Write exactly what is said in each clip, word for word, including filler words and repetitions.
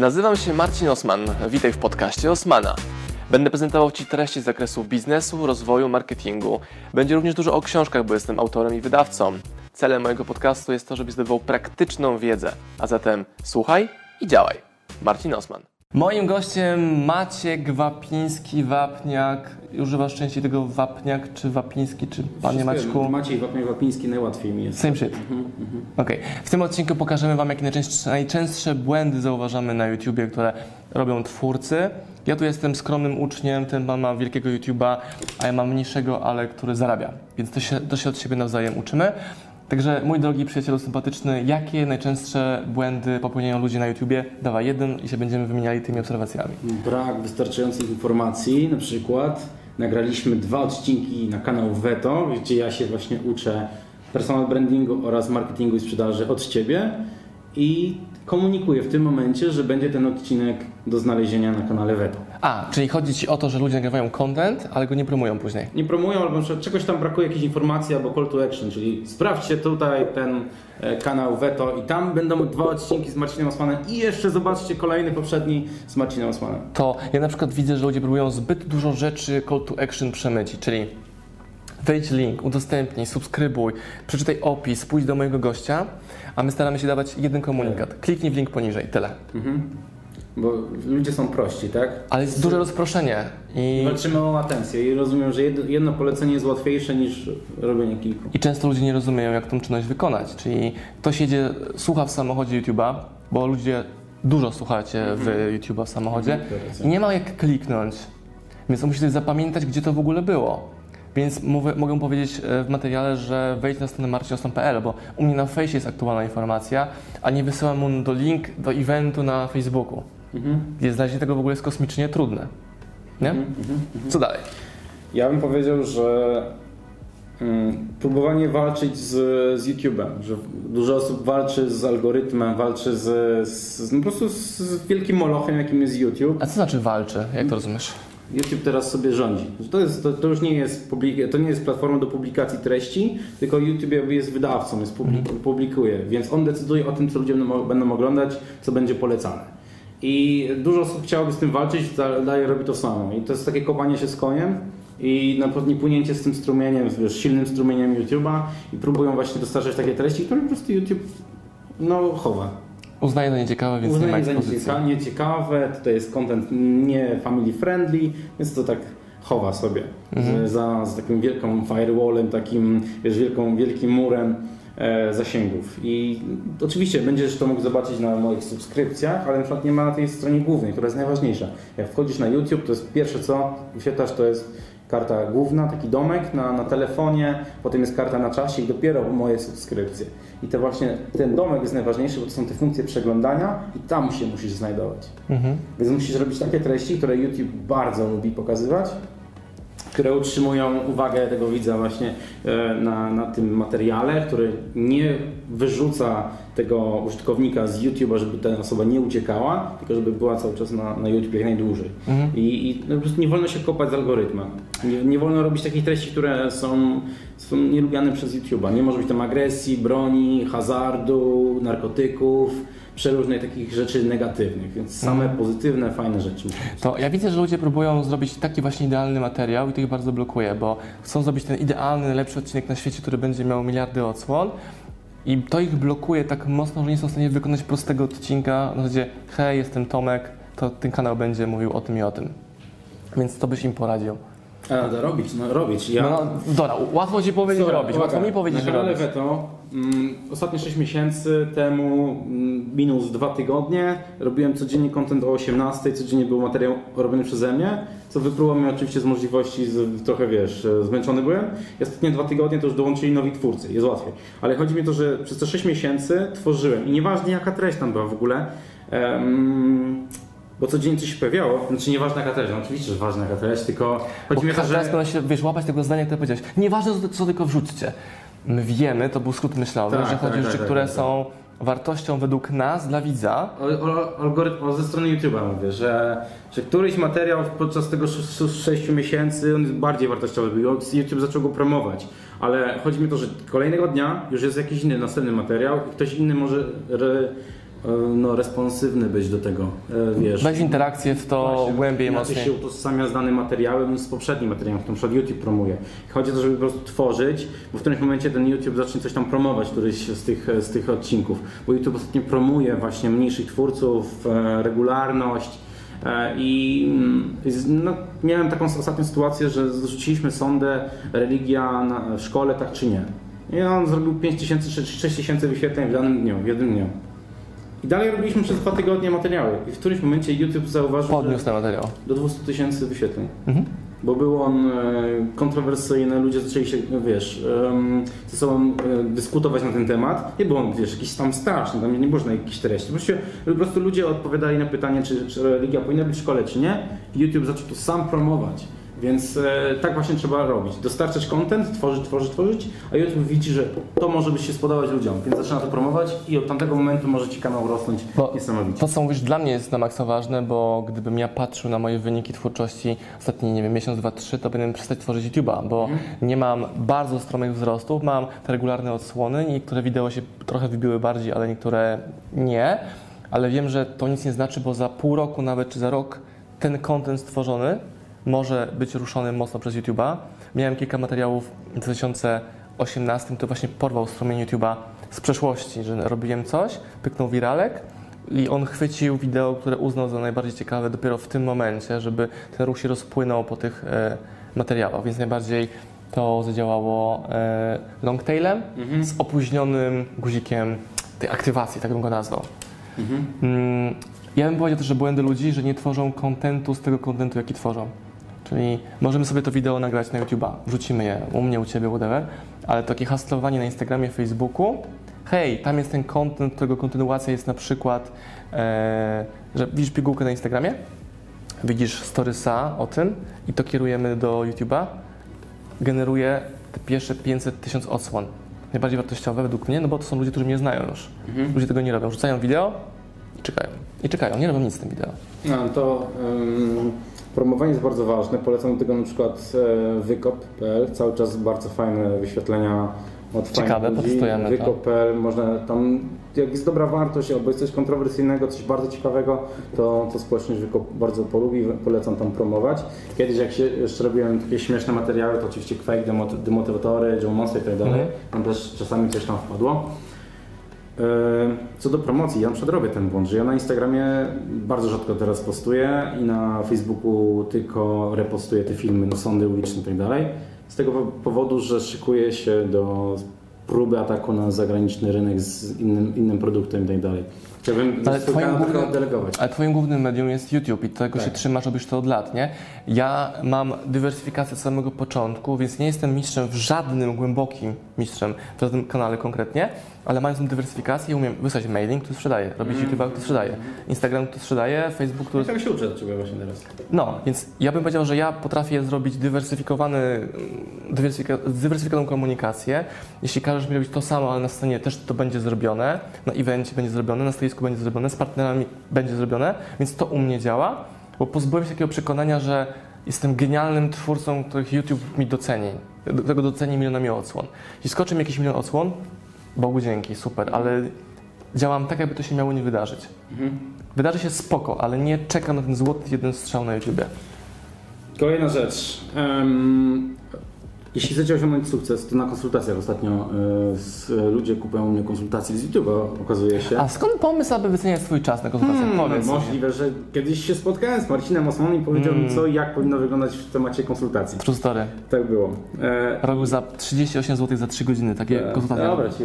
Nazywam się Marcin Osman. Witaj w podcaście Osmana. Będę prezentował Ci treści z zakresu biznesu, rozwoju, marketingu. Będzie również dużo o książkach, bo jestem autorem i wydawcą. Celem mojego podcastu jest to, żebyś zdobywał praktyczną wiedzę. A zatem słuchaj i działaj. Marcin Osman. Moim gościem Maciek Wapiński, Wapniak. Używasz częściej tego Wapniak, czy Wapiński, czy Panie Maćku? Maciej Wapniak, Wapiński, najłatwiej mi jest. Same shit. Mhm, mhm. Okej. Okay. W tym odcinku pokażemy Wam, jakie najczęstsze, najczęstsze błędy zauważamy na YouTubie, które robią twórcy. Ja tu jestem skromnym uczniem, ten pan ma wielkiego YouTuba, a ja mam mniejszego, ale który zarabia. Więc to się, to się od siebie nawzajem uczymy. Także mój drogi przyjacielu sympatyczny, jakie najczęstsze błędy popełniają ludzie na YouTubie? Dawaj jeden i się będziemy wymieniali tymi obserwacjami. Brak wystarczających informacji, na przykład nagraliśmy dwa odcinki na kanał Veto, gdzie ja się właśnie uczę personal brandingu oraz marketingu i sprzedaży od Ciebie i komunikuję w tym momencie, że będzie ten odcinek do znalezienia na kanale Veto. A, czyli chodzi Ci o to, że ludzie nagrywają content, ale go nie promują później. Nie promują, albo na przykład czegoś tam brakuje, jakiejś informacji albo call to action, czyli sprawdźcie tutaj ten kanał Veto i tam będą dwa odcinki z Marcinem Osmanem i jeszcze zobaczcie kolejny poprzedni z Marcinem Osmanem. To ja na przykład widzę, że ludzie próbują zbyt dużo rzeczy call to action przemycić, czyli wejdź link, udostępnij, subskrybuj, przeczytaj opis, pójdź do mojego gościa, a my staramy się dawać jeden komunikat. Kliknij w link poniżej, tyle. Mhm. Bo ludzie są prości, tak? Ale jest duże rozproszenie. I walczymy o atencję i rozumiem, że jedno polecenie jest łatwiejsze niż robienie kilku. I często ludzie nie rozumieją, jak tą czynność wykonać. Czyli ktoś jedzie, słucha w samochodzie YouTube'a, bo ludzie dużo słuchacie w YouTube'a w samochodzie i nie ma jak kliknąć. Więc musisz zapamiętać, gdzie to w ogóle było. Więc mówię, mogę powiedzieć w materiale, że wejdź na stronę marcin osman kropka p l, bo u mnie na fejsie jest aktualna informacja, a nie wysyłam mu do link do eventu na Facebooku. Mhm. Więc znalezienie tego w ogóle jest kosmicznie trudne. Nie? Mhm, mhm, Co dalej? Ja bym powiedział, że mm, próbowanie walczyć z, z YouTube'em, że dużo osób walczy z algorytmem, walczy z, z, no po prostu z wielkim molochem, jakim jest YouTube. A co znaczy walczy? Jak to rozumiesz? YouTube teraz sobie rządzi. To, jest, to, to już nie jest, publik- to nie jest platforma do publikacji treści, tylko YouTube jest wydawcą, jest publik- publikuje, więc on decyduje o tym, co ludzie będą oglądać, co będzie polecane. I dużo osób chciałoby z tym walczyć, dalej robi to samo. I to jest takie kopanie się z koniem i na przykład nie płynięcie z tym strumieniem, wiesz, silnym strumieniem YouTube'a i próbują właśnie dostarczać takie treści, które po prostu YouTube no, chowa. Uznaje za nieciekawe, więc Uznaje nie ma ekspozycji. za nieciekawe, tutaj jest content nie family friendly, więc to tak chowa sobie mhm. za, za takim wielką firewallem, takim wiesz, wielką, wielkim murem e, zasięgów. I oczywiście będziesz to mógł zobaczyć na moich subskrypcjach, ale na przykład nie ma na tej stronie głównej, która jest najważniejsza. Jak wchodzisz na YouTube, to jest pierwsze co wyświetlasz, to jest karta główna, taki domek na, na telefonie, potem jest karta na czasie i dopiero moje subskrypcje. I to właśnie ten domek jest najważniejszy, bo to są te funkcje przeglądania i tam się musisz znajdować. Mhm. Więc musisz robić takie treści, które YouTube bardzo lubi pokazywać, które utrzymują uwagę tego widza właśnie na, na tym materiale, który nie wyrzuca tego użytkownika z YouTube'a, żeby ta osoba nie uciekała, tylko żeby była cały czas na, na YouTube jak najdłużej. Mhm. I, i no, po prostu nie wolno się kopać z algorytmem. Nie, nie wolno robić takich treści, które są, są nielubiane przez YouTube'a. Nie może być tam agresji, broni, hazardu, narkotyków, przeróżnych takich rzeczy negatywnych, więc same mm. pozytywne, fajne rzeczy. To ja widzę, że ludzie próbują zrobić taki właśnie idealny materiał i to ich bardzo blokuje, bo chcą zrobić ten idealny, najlepszy odcinek na świecie, który będzie miał miliardy odsłon i to ich blokuje tak mocno, że nie są w stanie wykonać prostego odcinka na zasadzie hej, jestem Tomek, to ten kanał będzie mówił o tym i o tym. Więc to byś im poradził. A, to robić, no robić. Ja... No, dobra, łatwo Ci powiedzieć Słuchaj, robić, łatwo mi powiedzieć na kanale Veto mm, ostatnie sześć miesięcy temu, mm, minus dwa tygodnie, robiłem codziennie content o osiemnastej, codziennie był materiał robiony przeze mnie, co wypróło mnie oczywiście z możliwości, z, trochę wiesz, zmęczony byłem. I ostatnie dwa tygodnie to już dołączyli nowi twórcy, jest łatwiej. Ale chodzi mi o to, że przez te sześć miesięcy tworzyłem i nieważne jaka treść tam była w ogóle, um, bo codziennie coś się pojawiało, znaczy nieważna jaka treść, no oczywiście, że ważna jaka treść, tylko chodzi mi o to, że... Teraz się, wiesz, łapać tego zdania, które powiedziałeś, nieważne co, co tylko wrzućcie. My wiemy, to był skrót myślowy, tak, że chodzi o rzeczy, tak, które tak, są wartością według nas, dla widza. O, o, algorytm, ze strony YouTube'a mówię, że, że któryś materiał podczas tego sześciu miesięcy on jest bardziej wartościowy, YouTube zaczął go promować, ale chodzi mi o to, że kolejnego dnia już jest jakiś inny, następny materiał i ktoś inny może re, no, responsywny być do tego, wiesz. Weź interakcję w to Właśnie, głębiej, inaczej mocniej. się utożsamia z danym materiałem niż z poprzednim materiałem, który na przykład YouTube promuje. Chodzi o to, żeby po prostu tworzyć, bo w którymś momencie ten YouTube zacznie coś tam promować, któryś z tych, z tych odcinków. Bo YouTube ostatnio promuje właśnie mniejszych twórców, regularność. I no, miałem taką ostatnią sytuację, że zrzuciliśmy sondę religia na, w szkole, tak czy nie. I on zrobił pięć tysięcy czy sześć tysięcy wyświetleń w danym dniu, w jednym dniu. I dalej robiliśmy przez dwa tygodnie materiały. I w którymś momencie YouTube zauważył, Podniósł ten materiał. Do dwieście tysięcy wyświetleń. Mhm. Bo był on kontrowersyjny, ludzie zaczęli się, wiesz, ze sobą dyskutować na ten temat. Nie był on, wiesz, jakiś tam straszny, tam nie można jakichś treści. Po prostu ludzie odpowiadali na pytanie, czy, czy religia powinna być w szkole, czy nie. I YouTube zaczął to sam promować. Więc e, tak właśnie trzeba robić. Dostarczać content, tworzyć, tworzyć, tworzyć, a YouTube widzi, że to może by się spodobać ludziom, więc zaczyna to promować i od tamtego momentu może Ci kanał rosnąć bo niesamowicie. To, co mówisz, dla mnie jest na maksa ważne, bo gdybym ja patrzył na moje wyniki twórczości ostatni, nie wiem, miesiąc, dwa, trzy, to powinienem przestać tworzyć YouTube'a, bo mhm. nie mam bardzo stromych wzrostów, mam te regularne odsłony, niektóre wideo się trochę wybiły bardziej, ale niektóre nie, ale wiem, że to nic nie znaczy, bo za pół roku nawet, czy za rok ten content stworzony może być ruszony mocno przez YouTube'a. Miałem kilka materiałów w dwa tysiące osiemnastym, to właśnie porwał strumień YouTube'a z przeszłości, że robiłem coś, pyknął wiralek i on chwycił wideo, które uznał za najbardziej ciekawe dopiero w tym momencie, żeby ten ruch się rozpłynął po tych e, materiałach, więc najbardziej to zadziałało e, longtailem mhm. z opóźnionym guzikiem tej aktywacji, tak bym go nazwał. Mhm. Mm, ja bym powiedział też, że błędy ludzi, że nie tworzą kontentu z tego kontentu, jaki tworzą. Czyli możemy sobie to wideo nagrać na YouTube'a, wrzucimy je u mnie, u Ciebie, whatever, ale takie hustlowanie na Instagramie, Facebooku, hej, tam jest ten content, którego kontynuacja jest na przykład, e, że widzisz pigułkę na Instagramie, widzisz storysa o tym i to kierujemy do YouTube'a, generuje te pierwsze pięćset tysięcy odsłon. Najbardziej wartościowe według mnie, no bo to są ludzie, którzy mnie znają już. Mhm. Ludzie tego nie robią, rzucają wideo i czekają. I czekają, nie robią nic z tym wideo. No to um, promowanie jest bardzo ważne. Polecam do tego na przykład e, wykop kropka p l. Cały czas bardzo fajne wyświetlenia od Ciekawe, potestujemy wykop kropka p l. Można tam, jak jest dobra wartość albo jest coś kontrowersyjnego, coś bardzo ciekawego, to, to społeczność Wykop bardzo polubi. Polecam tam promować. Kiedyś jak się jeszcze robiłem takie śmieszne materiały, to oczywiście Quake, demotywatory, Joe Monster i tak dalej. Tam też czasami coś tam wpadło. Co do promocji, ja na przykład robię ten błąd, że ja na Instagramie bardzo rzadko teraz postuję i na Facebooku tylko repostuję te filmy, no sądy uliczne i tak dalej. Z tego powodu, że szykuję się do próby ataku na zagraniczny rynek z innym, innym produktem i tak dalej. Chciałbym ale twoim, głównym, delegować. ale twoim głównym medium jest YouTube i tego tak. się trzymasz, robisz to od lat, nie? Ja mam dywersyfikację z samego początku, więc nie jestem mistrzem w żadnym głębokim mistrzem, w żadnym kanale konkretnie, ale mając tą dywersyfikację umiem wysłać mailing, który sprzedaje, robić mm. YouTube'a, który sprzedaje, Instagram, który sprzedaje, Facebook, który... Ja tego się uczę od Ciebie właśnie teraz. No, więc ja bym powiedział, że ja potrafię zrobić dywersyfikowany, dywersyfika, dywersyfikowaną komunikację. Jeśli każesz mi robić to samo, ale na scenie też to będzie zrobione, na evencie będzie zrobione, na stoisku będzie zrobione, z partnerami będzie zrobione, więc to u mnie działa, bo pozbyłem się takiego przekonania, że jestem genialnym twórcą, których YouTube mi doceni, którego doceni milionami odsłon. Jeśli skoczy mi jakiś milion odsłon, Bogu dzięki, super, ale działam tak, jakby to się miało nie wydarzyć. Mhm. Wydarzy się spoko, ale nie czekam na ten złoty jeden strzał na YouTubie. Kolejna rzecz. Um, jeśli chcecie osiągnąć sukces, to na konsultacjach ostatnio y, z, ludzie kupują u mnie konsultacje z YouTube'a, okazuje się. A skąd pomysł, aby wyceniać swój czas na konsultacjach? Hmm, Powiedz możliwe, mnie. że kiedyś się spotkałem z Marcinem Osmanem i powiedział mi, co i jak powinno wyglądać w temacie konsultacji. True story. Tak było. E... Robił za trzydzieści osiem złotych za trzy godziny takie e... konsultacje. Dobra, cicho.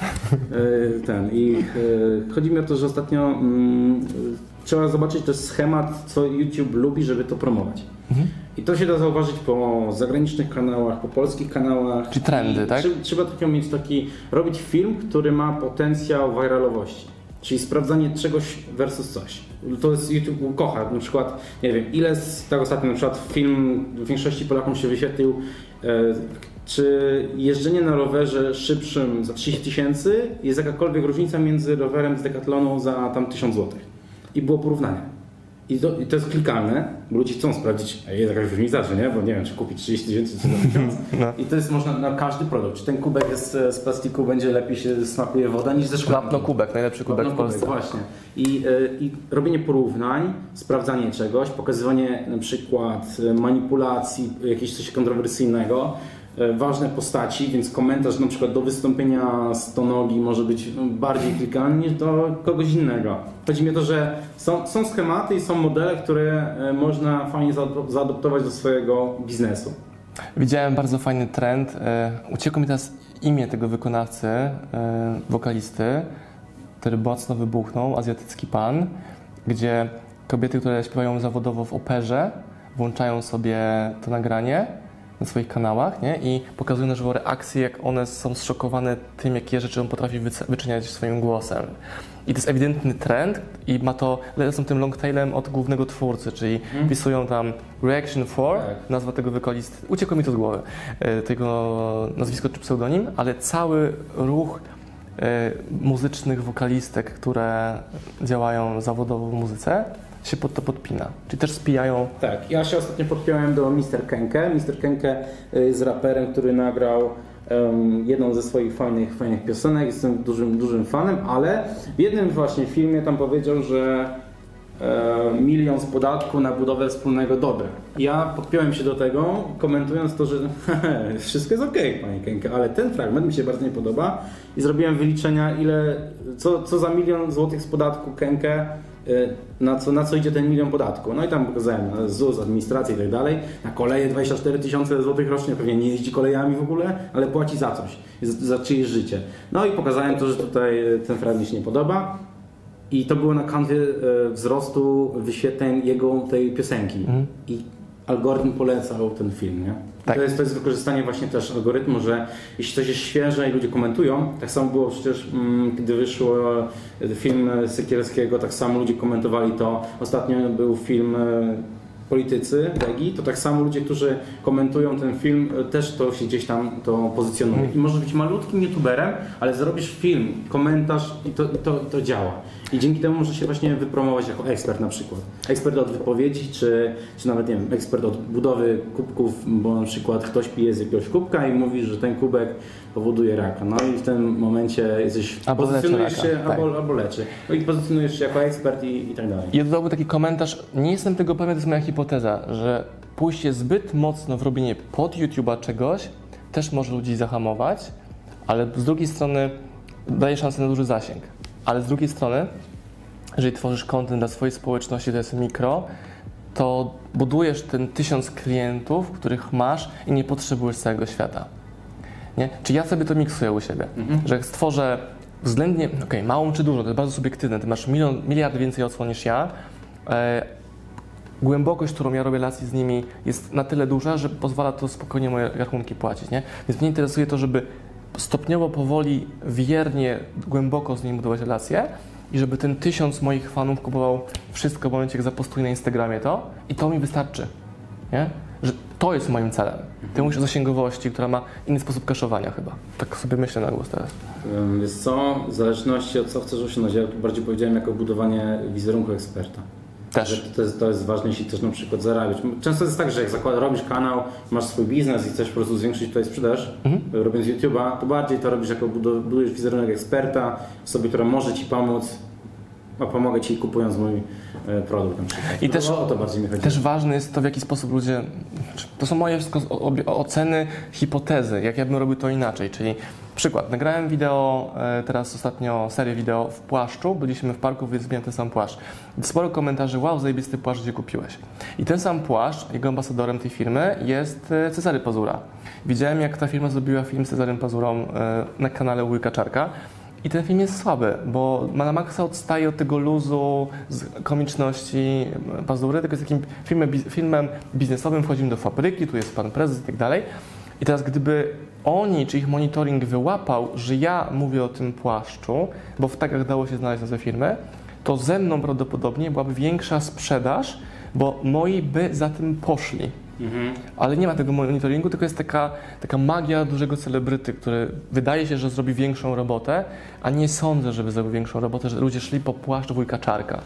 E, ten. I e, chodzi mi o to, że ostatnio mm, trzeba zobaczyć też schemat, co YouTube lubi, żeby to promować. Mhm. I to się da zauważyć po zagranicznych kanałach, po polskich kanałach. Czy trendy, tak? Trzeba, trzeba takiego mieć taki, robić film, który ma potencjał viralowości. Czyli sprawdzanie czegoś versus coś. To jest YouTube kocha. Na przykład, nie wiem, ile z tak ostatnio na przykład film w większości Polakom się wyświetlił, e, czy jeżdżenie na rowerze szybszym za trzydzieści tysięcy jest jakakolwiek różnica między rowerem z Decathlonu za tam tysiąc złotych. I było porównanie. I to, I to jest klikalne, bo ludzie chcą sprawdzić, a jest jakaś różnica, czy nie? Bo nie wiem, czy kupić trzydzieści tysięcy czy za tysiąc. No. I to jest można na każdy produkt. Czy ten kubek jest z plastiku, będzie lepiej się smakuje woda niż ze szklanki. No kubek, najlepszy kubek no, w Polsce. Kubek, właśnie. I, I robienie porównań, sprawdzanie czegoś, pokazywanie na przykład manipulacji, jakiegoś coś kontrowersyjnego, ważne postaci, więc komentarz na przykład do wystąpienia stonogi może być bardziej klikalny niż do kogoś innego. Chodzi mi o to, że są, są schematy i są modele, które można fajnie zaadoptować do swojego biznesu. Widziałem bardzo fajny trend. Uciekło mi teraz imię tego wykonawcy, wokalisty, który mocno wybuchnął, azjatycki pan, gdzie kobiety, które śpiewają zawodowo w operze, włączają sobie to nagranie na swoich kanałach, nie? I pokazują na żywo reakcje, jak one są zszokowane tym, jakie rzeczy on potrafi wyczyniać swoim głosem. I to jest ewidentny trend i ma to, lecą tym longtailem od głównego twórcy, czyli hmm. wpisują tam reaction for, tak. nazwa tego wokalisty, uciekło mi to z głowy, tego nazwisko czy pseudonim, ale cały ruch muzycznych wokalistek, które działają zawodowo w muzyce, się pod to podpina, czyli też spijają. Tak, ja się ostatnio podpiąłem do mister Kenke. mister Kenke jest raperem, który nagrał um, jedną ze swoich fajnych, fajnych piosenek, jestem dużym, dużym fanem, ale w jednym właśnie filmie tam powiedział, że e, milion z podatku na budowę wspólnego dobra. Ja podpiąłem się do tego, komentując to, że wszystko jest okej, okay, panie Kenke, ale ten fragment mi się bardzo nie podoba i zrobiłem wyliczenia, ile, co, co za milion złotych z podatku Kenke Na co, na co idzie ten milion podatku. No i tam pokazałem Z U S, administrację i tak dalej. Na koleje dwadzieścia cztery tysiące złotych rocznie, pewnie nie jeździ kolejami w ogóle, ale płaci za coś, za czyjeś życie. No i pokazałem to, że tutaj ten fragment się nie podoba. I to było na kanwie wzrostu wyświetleń jego tej piosenki. Mhm. I algorytm polecał ten film, nie? Tak. To jest, to jest wykorzystanie właśnie też algorytmu, że jeśli coś jest świeże i ludzie komentują, tak samo było przecież, mm, kiedy wyszło film Sekielskiego, tak samo ludzie komentowali to. Ostatnio był film Politycy, Wegi, to tak samo ludzie, którzy komentują ten film, też to się gdzieś tam to pozycjonuje. I możesz być malutkim youtuberem, ale zrobisz film, komentarz i to, to, to działa. I dzięki temu możesz się właśnie wypromować jako ekspert na przykład. Ekspert od wypowiedzi, czy, czy nawet nie wiem, ekspert od budowy kubków, bo na przykład ktoś pije z jakiegoś kubka i mówi, że ten kubek powoduje raka. No i w tym momencie jesteś, albo pozycjonujesz leczy się, raka, albo, tak. albo leczy. No i pozycjonujesz się jako ekspert i, i tak dalej. I dodałby taki komentarz, nie jestem tego pewien, to jest moja hipoteza, że pójście zbyt mocno w robienie pod YouTube'a czegoś też może ludzi zahamować, ale z drugiej strony daje szansę na duży zasięg. Ale z drugiej strony, jeżeli tworzysz content dla swojej społeczności, to jest mikro, to budujesz ten tysiąc klientów, których masz i nie potrzebujesz całego świata. Nie? Czy ja sobie to miksuję u siebie, mhm. że jak stworzę względnie, okej, okay, małą czy dużą, to jest bardzo subiektywne, ty masz milion, miliard więcej odsłon niż ja, e, głębokość, którą ja robię relacji z nimi jest na tyle duża, że pozwala to spokojnie moje rachunki płacić, nie? Więc mnie interesuje to, żeby stopniowo, powoli, wiernie, głęboko z nimi budować relacje i żeby ten tysiąc moich fanów kupował wszystko w momencie, jak zapostuję na Instagramie to i to mi wystarczy, nie? Że to jest moim celem. Ty mówisz o zasięgowości, która ma inny sposób kaszowania chyba. Tak sobie myślę na głos teraz. Wiesz co, w zależności od co chcesz osiągnąć, ja bardziej powiedziałem jako budowanie wizerunku eksperta. Też. To jest, to jest ważne, jeśli chcesz na przykład zarabiać. Często jest tak, że jak zakładasz, robisz kanał, masz swój biznes i chcesz po prostu zwiększyć tutaj sprzedaż, mhm. robiąc YouTube'a, to bardziej to robisz jako budujesz wizerunek eksperta, osobie, która może Ci pomóc, a pomogę Ci kupując mój produkt na przykład. I też, o to bardziej mi chodzi. Też ważne jest to, w jaki sposób ludzie, to są moje wszystko oceny, hipotezy, jak ja bym robił to inaczej, czyli przykład, nagrałem wideo, teraz ostatnio serię wideo w płaszczu, byliśmy w parku, więc miałem ten sam płaszcz. Sporo komentarzy, wow, zajebisty płaszcz, gdzie kupiłeś. I ten sam płaszcz, jego ambasadorem tej firmy jest Cezary Pazura. Widziałem, jak ta firma zrobiła film z Cezarym Pazurą na kanale Ujka Czarka. I ten film jest słaby, bo ma na maksa odstaje od tego luzu, z komiczności Pazury, tylko jest takim filmem, filmem biznesowym, wchodzimy do fabryki, tu jest pan prezes i tak dalej. I teraz gdyby oni, czy ich monitoring wyłapał, że ja mówię o tym płaszczu, bo w tagach dało się znaleźć nazwę firmy, to ze mną prawdopodobnie byłaby większa sprzedaż, bo moi by za tym poszli. Mhm. Ale nie ma tego monitoringu, tylko jest taka, taka magia dużego celebryty, który wydaje się, że zrobi większą robotę, a nie sądzę, żeby zrobił większą robotę, że ludzie szli po płaszcz Wujka Czarka.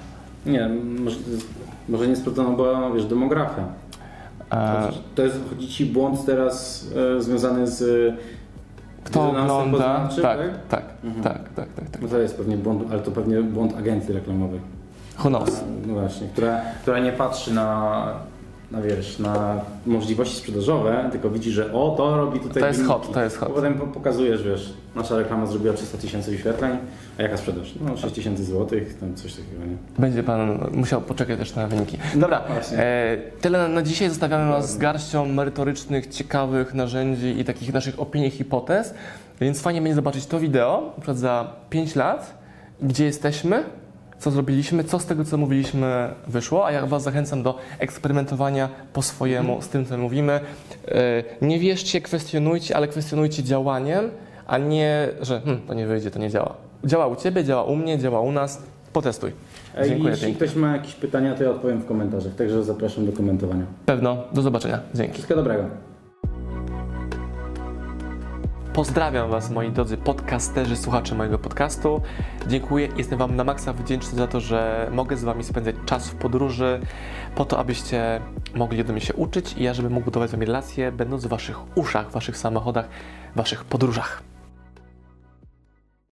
Nie, może, może nie sprawdzono była, wiesz, demografia. E, To jest, chodzi ci błąd teraz e, związany z Kto rezonansem ogląda? poznawczym, Tak, tak? tak, Mhm. tak, tak, tak, tak. No to jest pewnie błąd, ale to pewnie błąd agencji reklamowej. Who knows? No właśnie, która, która nie patrzy na, na, wiesz, na możliwości sprzedażowe, tylko widzi, że o, to robi tutaj To jest wyniki. hot, to jest hot. A potem po- pokazujesz, wiesz, nasza reklama zrobiła trzysta tysięcy wyświetleń, a jaka sprzedaż? No sześć tysięcy złotych, tam coś takiego, nie? Będzie pan musiał poczekać też na wyniki. Dobra, właśnie. e, tyle na dzisiaj. Zostawiamy Was z garścią merytorycznych, ciekawych narzędzi i takich naszych opinii, hipotez. Więc fajnie będzie zobaczyć to wideo, na przykład za pięć lat, gdzie jesteśmy, co zrobiliśmy, co z tego, co mówiliśmy, wyszło, a ja Was zachęcam do eksperymentowania po swojemu z tym, co mówimy. E, Nie wierzcie, kwestionujcie, ale kwestionujcie działaniem, a nie, że hm, to nie wyjdzie, to nie działa. Działa u Ciebie, działa u mnie, działa u nas. Potestuj. Ej, Dziękuję jeśli pięknie. ktoś ma jakieś pytania, to ja odpowiem w komentarzach, także zapraszam do komentowania. Pewno. Do zobaczenia. Dzięki. Wszystkiego dobrego. Pozdrawiam Was, moi drodzy podcasterzy, słuchacze mojego podcastu. Dziękuję. Jestem Wam na maksa wdzięczny za to, że mogę z Wami spędzać czas w podróży, po to, abyście mogli ode mnie się uczyć i ja, żebym mógł budować z Wami relacje, będąc w Waszych uszach, w Waszych samochodach, w Waszych podróżach.